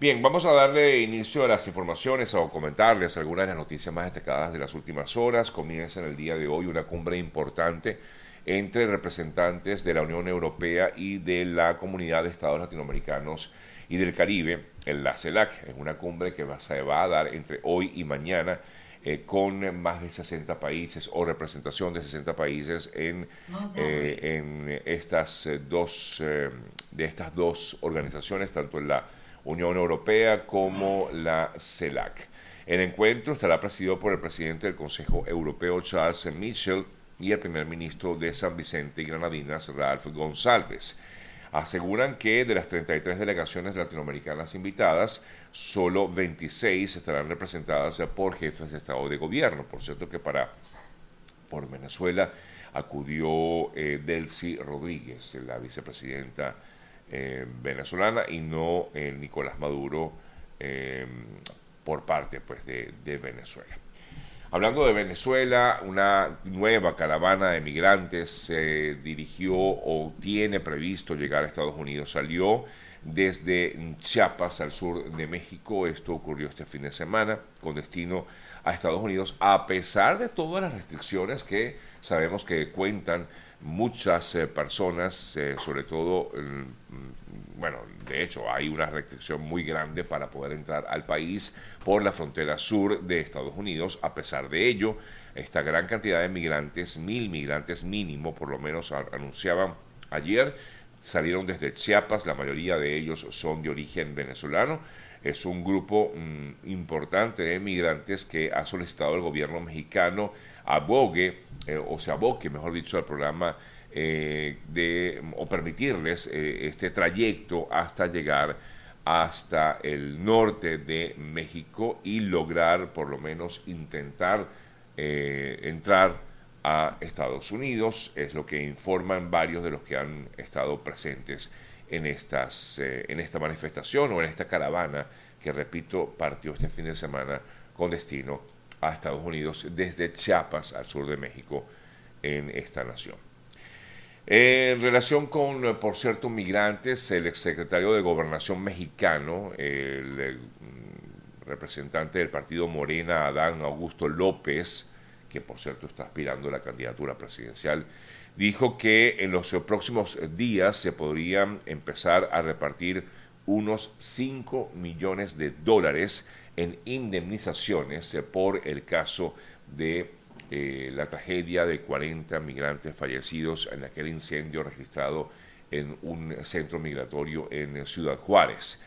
Bien, vamos a darle inicio a las informaciones o comentarles algunas de las noticias más destacadas de las últimas horas. Comienza en el día de hoy una cumbre importante entre representantes de la Unión Europea y de la Comunidad de Estados Latinoamericanos y del Caribe, en la CELAC. Es una cumbre que se va a dar entre hoy y mañana con más de 60 países o representación de 60 países en de estas dos organizaciones, tanto en la Unión Europea como la CELAC. El encuentro estará presidido por el presidente del Consejo Europeo, Charles Michel, y el primer ministro de San Vicente y Granadinas, Ralph González. Aseguran que de las 33 delegaciones latinoamericanas invitadas, solo 26 estarán representadas por jefes de Estado de Gobierno. Por cierto que por Venezuela acudió Delcy Rodríguez, la vicepresidenta venezolana, y no Nicolás Maduro por parte pues, de Venezuela. Hablando de Venezuela, una nueva caravana de migrantes se dirigió o tiene previsto llegar a Estados Unidos. Salió desde Chiapas al sur de México. Esto ocurrió este fin de semana con destino a Estados Unidos, a pesar de todas las restricciones que sabemos que cuentan muchas personas, sobre todo, bueno, de hecho hay una restricción muy grande para poder entrar al país por la frontera sur de Estados Unidos. A pesar de ello, esta gran cantidad de migrantes, 1.000 migrantes mínimo, por lo menos anunciaban ayer, salieron desde Chiapas. La mayoría de ellos son de origen venezolano. Es un grupo importante de migrantes que ha solicitado al gobierno mexicano o se aboque, mejor dicho, al programa o permitirles este trayecto hasta llegar hasta el norte de México y lograr, por lo menos, intentar entrar a Estados Unidos. Es lo que informan varios de los que han estado presentes en esta manifestación o en esta caravana que, repito, partió este fin de semana con destino a Estados Unidos desde Chiapas al sur de México en esta nación. En relación con, por cierto, migrantes, el exsecretario de Gobernación mexicano, el representante del partido Morena, Adán Augusto López, que por cierto está aspirando a la candidatura presidencial, dijo que en los próximos días se podrían empezar a repartir unos 5 millones de dólares en indemnizaciones por el caso de la tragedia de 40 migrantes fallecidos en aquel incendio registrado en un centro migratorio en Ciudad Juárez.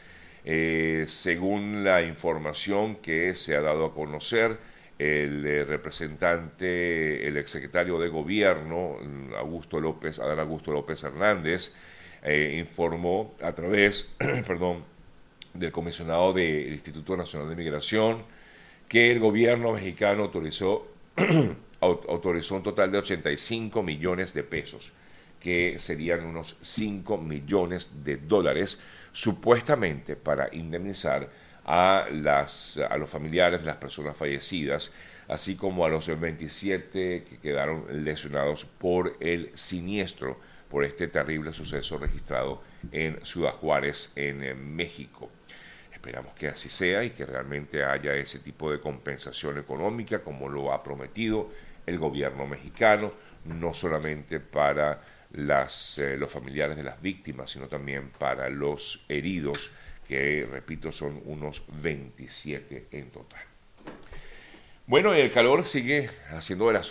Según la información que se ha dado a conocer, el representante, el exsecretario de Gobierno, Adán Augusto López Hernández, informó a través perdón, del comisionado del Instituto Nacional de Migración que el gobierno mexicano autorizó un total de 85 millones de pesos, que serían unos 5 millones de dólares, supuestamente para indemnizar a los familiares de las personas fallecidas, así como a los 27 que quedaron lesionados por el siniestro, por este terrible suceso registrado en Ciudad Juárez, en México. Esperamos que así sea y que realmente haya ese tipo de compensación económica como lo ha prometido el gobierno mexicano, no solamente para los familiares de las víctimas, sino también para los heridos, que, repito, son unos 27 en total. Bueno, el calor sigue haciendo de las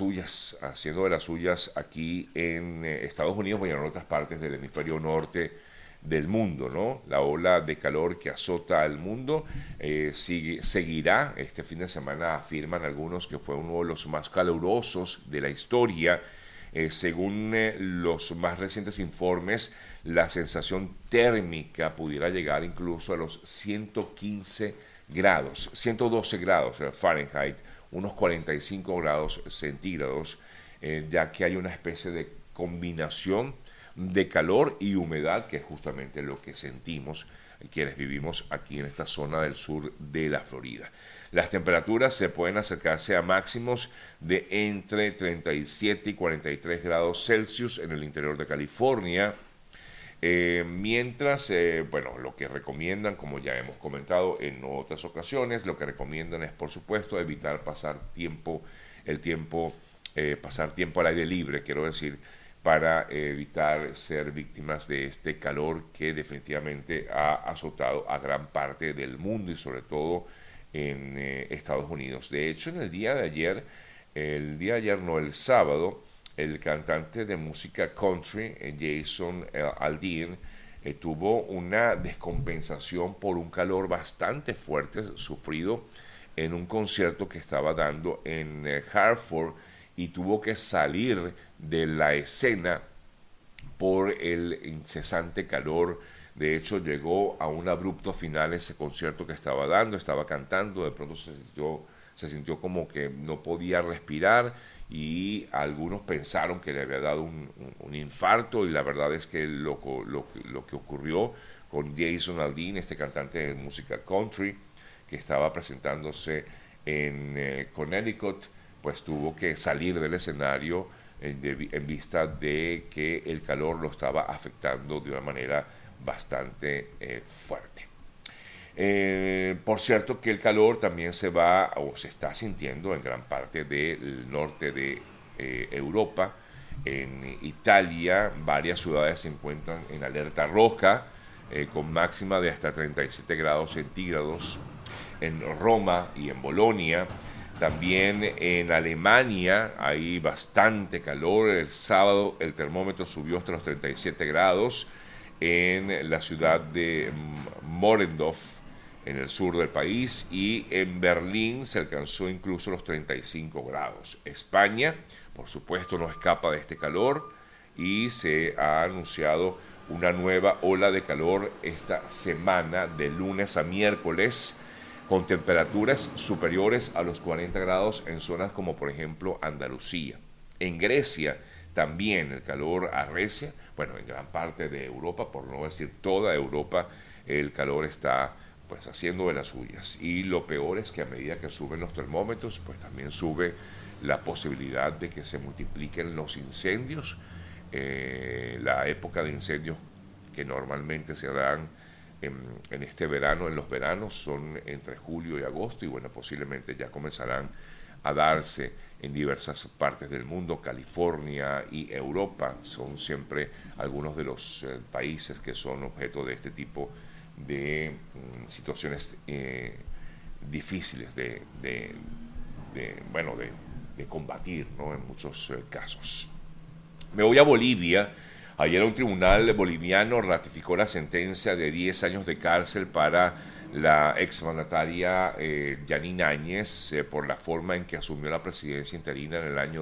suyas aquí en Estados Unidos y en otras partes del hemisferio norte del mundo, ¿no? La ola de calor que azota al mundo seguirá. Este fin de semana afirman algunos que fue uno de los más calurosos de la historia. Según los más recientes informes, la sensación térmica pudiera llegar incluso a los 112 grados Fahrenheit, unos 45 grados centígrados, ya que hay una especie de combinación de calor y humedad, que es justamente lo que sentimos quienes vivimos aquí en esta zona del sur de la Florida. Las temperaturas se pueden acercarse a máximos de entre 37 y 43 grados Celsius en el interior de California, Mientras, bueno, lo que recomiendan, como ya hemos comentado en otras ocasiones, lo que recomiendan es, por supuesto, evitar pasar pasar tiempo al aire libre, quiero decir, para evitar ser víctimas de este calor que definitivamente ha azotado a gran parte del mundo y sobre todo en Estados Unidos. De hecho, en el sábado, el cantante de música country, Jason Aldean, tuvo una descompensación por un calor bastante fuerte sufrido en un concierto que estaba dando en Hartford y tuvo que salir de la escena por el incesante calor. De hecho, llegó a un abrupto final ese concierto que estaba dando, estaba cantando, de pronto se sintió como que no podía respirar y algunos pensaron que le había dado un infarto y la verdad es que lo que ocurrió con Jason Aldean, este cantante de música country que estaba presentándose en Connecticut, pues tuvo que salir del escenario en vista de que el calor lo estaba afectando de una manera bastante fuerte. Por cierto que el calor también se va o se está sintiendo en gran parte del norte de Europa. En Italia varias ciudades se encuentran en alerta roja con máxima de hasta 37 grados centígrados. En Roma y en Bolonia. También en Alemania hay bastante calor. El sábado el termómetro subió hasta los 37 grados en la ciudad de Morendorf, en el sur del país, y en Berlín se alcanzó incluso los 35 grados. España, por supuesto, no escapa de este calor y se ha anunciado una nueva ola de calor esta semana, de lunes a miércoles, con temperaturas superiores a los 40 grados en zonas como por ejemplo Andalucía. En Grecia también el calor arrecia, bueno, en gran parte de Europa, por no decir toda Europa, el calor está pues haciendo de las suyas. Y lo peor es que a medida que suben los termómetros, pues también sube la posibilidad de que se multipliquen los incendios. La época de incendios que normalmente se dan en este verano, en los veranos, son entre julio y agosto y bueno, posiblemente ya comenzarán a darse en diversas partes del mundo. California y Europa son siempre algunos de los países que son objeto de este tipo de situaciones difíciles bueno, de combatir, ¿no? En muchos casos. Me voy a Bolivia. Ayer un tribunal boliviano ratificó la sentencia de 10 años de cárcel para la exmandataria Yanine Áñez por la forma en que asumió la presidencia interina en el año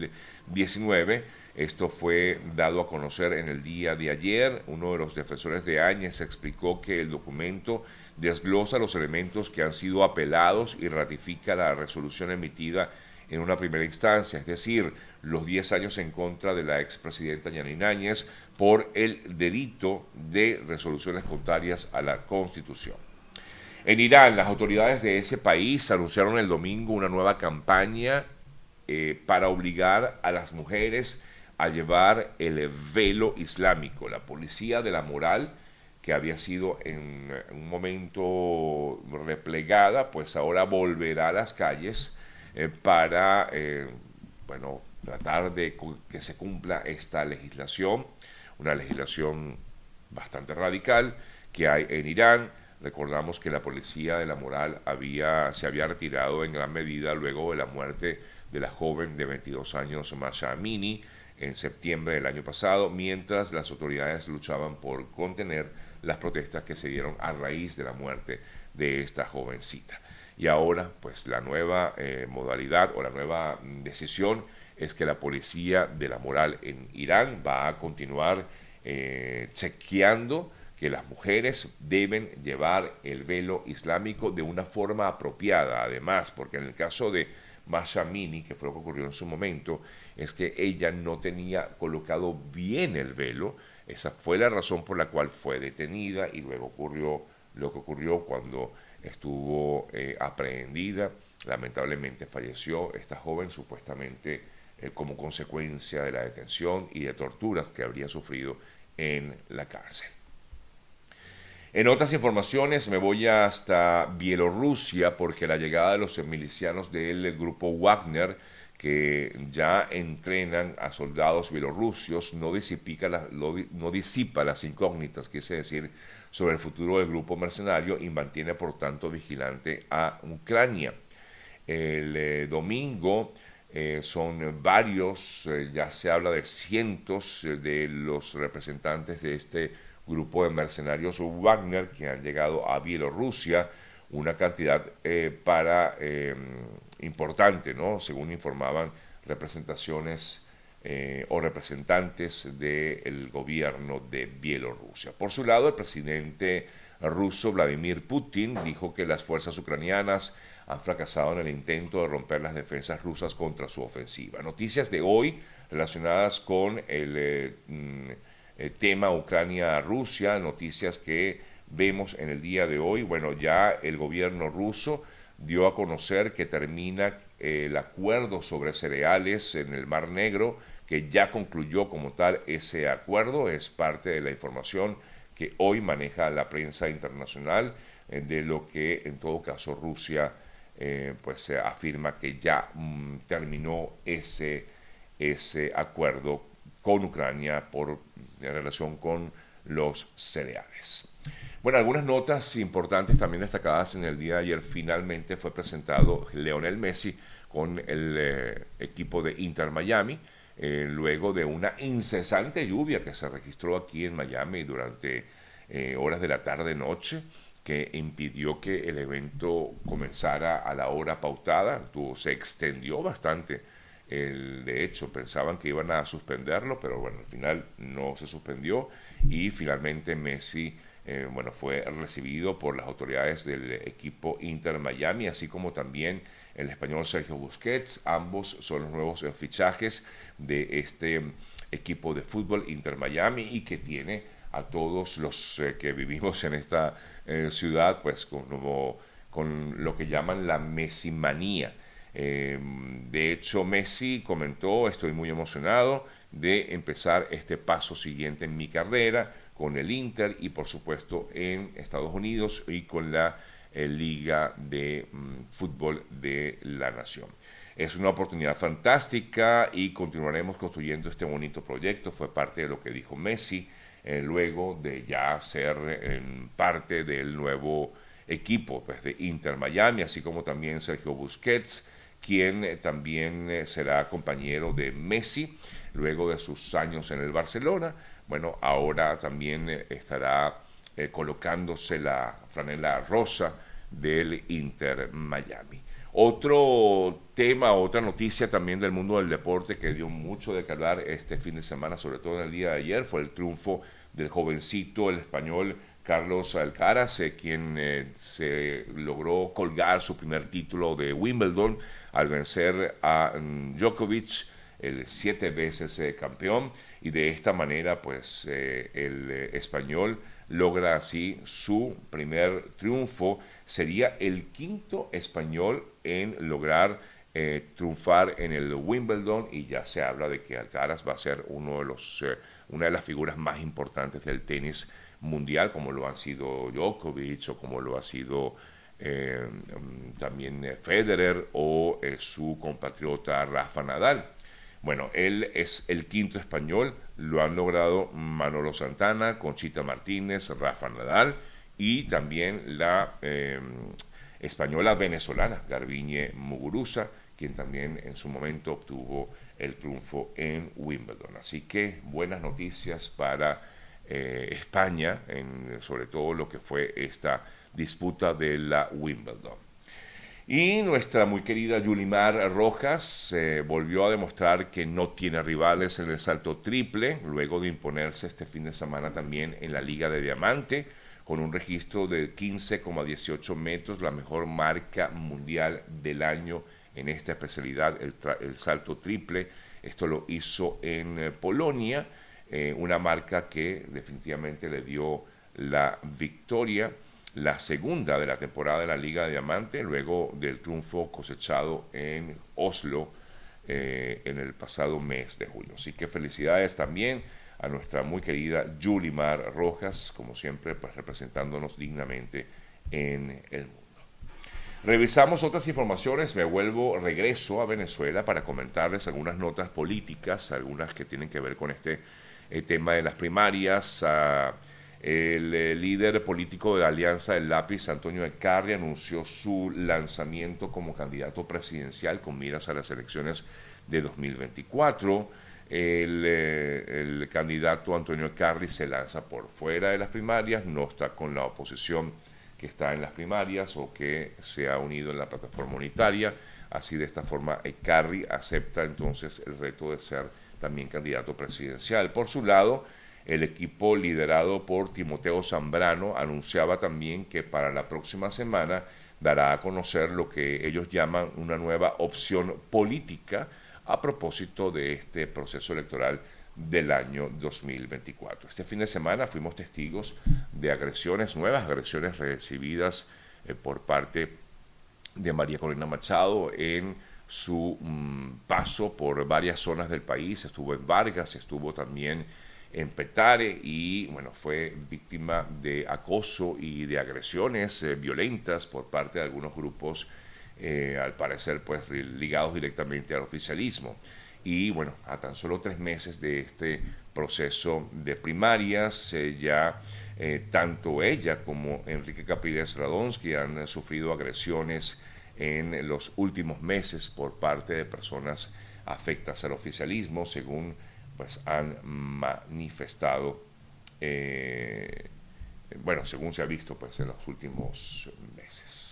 2019. Esto fue dado a conocer en el día de ayer. Uno de los defensores de Áñez explicó que el documento desglosa los elementos que han sido apelados y ratifica la resolución emitida en una primera instancia, es decir, los 10 años en contra de la expresidenta Yanine Áñez por el delito de resoluciones contrarias a la Constitución. En Irán, las autoridades de ese país anunciaron el domingo una nueva campaña para obligar a las mujeres a llevar el velo islámico. La policía de la moral, que había sido en un momento replegada, pues ahora volverá a las calles para bueno, tratar de que se cumpla esta legislación, una legislación bastante radical que hay en Irán. Recordamos que la policía de la moral se había retirado en gran medida luego de la muerte de la joven de 22 años Masha Amini en septiembre del año pasado, mientras las autoridades luchaban por contener las protestas que se dieron a raíz de la muerte de esta jovencita. Y ahora, pues la nueva modalidad o la nueva decisión es que la policía de la moral en Irán va a continuar chequeando que las mujeres deben llevar el velo islámico de una forma apropiada, además, porque en el caso de Masha Amini, que fue lo que ocurrió en su momento, es que ella no tenía colocado bien el velo. Esa fue la razón por la cual fue detenida y luego ocurrió lo que ocurrió cuando estuvo aprehendida. Lamentablemente falleció esta joven, supuestamente como consecuencia de la detención y de torturas que habría sufrido en la cárcel. En otras informaciones me voy hasta Bielorrusia porque la llegada de los milicianos del grupo Wagner que ya entrenan a soldados bielorrusios no disipa las incógnitas, quise decir, sobre el futuro del grupo mercenario y mantiene por tanto vigilante a Ucrania. El domingo son varios, ya se habla de cientos de los representantes de este grupo de mercenarios Wagner que han llegado a Bielorrusia, una cantidad importante, ¿no? Según informaban representaciones o representantes del gobierno de Bielorrusia. Por su lado, el presidente ruso Vladimir Putin dijo que las fuerzas ucranianas han fracasado en el intento de romper las defensas rusas contra su ofensiva. Noticias de hoy relacionadas con el tema Ucrania-Rusia, noticias que vemos en el día de hoy. Bueno, ya el gobierno ruso dio a conocer que termina el acuerdo sobre cereales en el Mar Negro, que ya concluyó como tal ese acuerdo. Es parte de la información que hoy maneja la prensa internacional, de lo que en todo caso Rusia pues afirma que ya terminó ese acuerdo con Ucrania en relación con los cereales. Bueno, algunas notas importantes también destacadas en el día de ayer. Finalmente fue presentado Lionel Messi con el equipo de Inter Miami, luego de una incesante lluvia que se registró aquí en Miami durante horas de la tarde-noche, que impidió que el evento comenzara a la hora pautada. Se extendió bastante. De hecho, pensaban que iban a suspenderlo, pero bueno, al final no se suspendió y finalmente Messi fue recibido por las autoridades del equipo Inter Miami, así como también el español Sergio Busquets. Ambos son los nuevos fichajes de este equipo de fútbol Inter Miami y que tiene a todos los que vivimos en esta ciudad pues con lo que llaman la Messimanía. De hecho, Messi comentó: estoy muy emocionado de empezar este paso siguiente en mi carrera con el Inter y por supuesto en Estados Unidos y con la Liga de Fútbol de la Nación. Es una oportunidad fantástica y continuaremos construyendo este bonito proyecto. Fue parte de lo que dijo Messi luego de ya ser parte del nuevo equipo pues, de Inter Miami, así como también Sergio Busquets, quien también será compañero de Messi luego de sus años en el Barcelona. Bueno, ahora también estará colocándose la franela rosa del Inter Miami. Otro tema, otra noticia también del mundo del deporte que dio mucho de qué hablar este fin de semana, sobre todo en el día de ayer, fue el triunfo del jovencito, el español Carlos Alcaraz, quien se logró colgar su primer título de Wimbledon al vencer a Djokovic, el 7 veces campeón, y de esta manera pues el español logra así su primer triunfo. Sería el quinto español en lograr triunfar en el Wimbledon y ya se habla de que Alcaraz va a ser una de las figuras más importantes del tenis mundial, como lo han sido Djokovic o como lo ha sido también Federer o su compatriota Rafa Nadal. Bueno, él es el quinto español, lo han logrado Manolo Santana, Conchita Martínez, Rafa Nadal y también la española venezolana Garbiñe Muguruza, quien también en su momento obtuvo el triunfo en Wimbledon. Así que buenas noticias para España, sobre todo lo que fue esta disputa de la Wimbledon. Y nuestra muy querida Yulimar Rojas volvió a demostrar que no tiene rivales en el salto triple, luego de imponerse este fin de semana también en la Liga de Diamante, con un registro de 15,18 metros, la mejor marca mundial del año en esta especialidad, el salto triple. Esto lo hizo en Polonia, una marca que definitivamente le dio la victoria, la segunda de la temporada de la Liga de Diamante, luego del triunfo cosechado en Oslo en el pasado mes de julio. Así que felicidades también a nuestra muy querida Yulimar Rojas, como siempre, pues representándonos dignamente en el mundo. Revisamos otras informaciones, regreso a Venezuela para comentarles algunas notas políticas, algunas que tienen que ver con este tema de las primarias. El líder político de la Alianza del Lápiz, Antonio Eckarri, anunció su lanzamiento como candidato presidencial con miras a las elecciones de 2024. El candidato Antonio Eckarri se lanza por fuera de las primarias, no está con la oposición que está en las primarias o que se ha unido en la plataforma unitaria. Así, de esta forma, Eckarri acepta entonces el reto de ser también candidato presidencial. Por su lado, el equipo liderado por Timoteo Zambrano anunciaba también que para la próxima semana dará a conocer lo que ellos llaman una nueva opción política a propósito de este proceso electoral del año 2024. Este fin de semana fuimos testigos de agresiones, nuevas agresiones recibidas por parte de María Corina Machado en su paso por varias zonas del país. Estuvo en Vargas, estuvo también en Petare y bueno, fue víctima de acoso y de agresiones violentas por parte de algunos grupos, al parecer pues ligados directamente al oficialismo. Y bueno, a tan solo 3 meses de este proceso de primarias, ya tanto ella como Enrique Capriles Radonsky han sufrido agresiones en los últimos meses por parte de personas afectas al oficialismo, según pues han manifestado, bueno, según se ha visto pues en los últimos meses.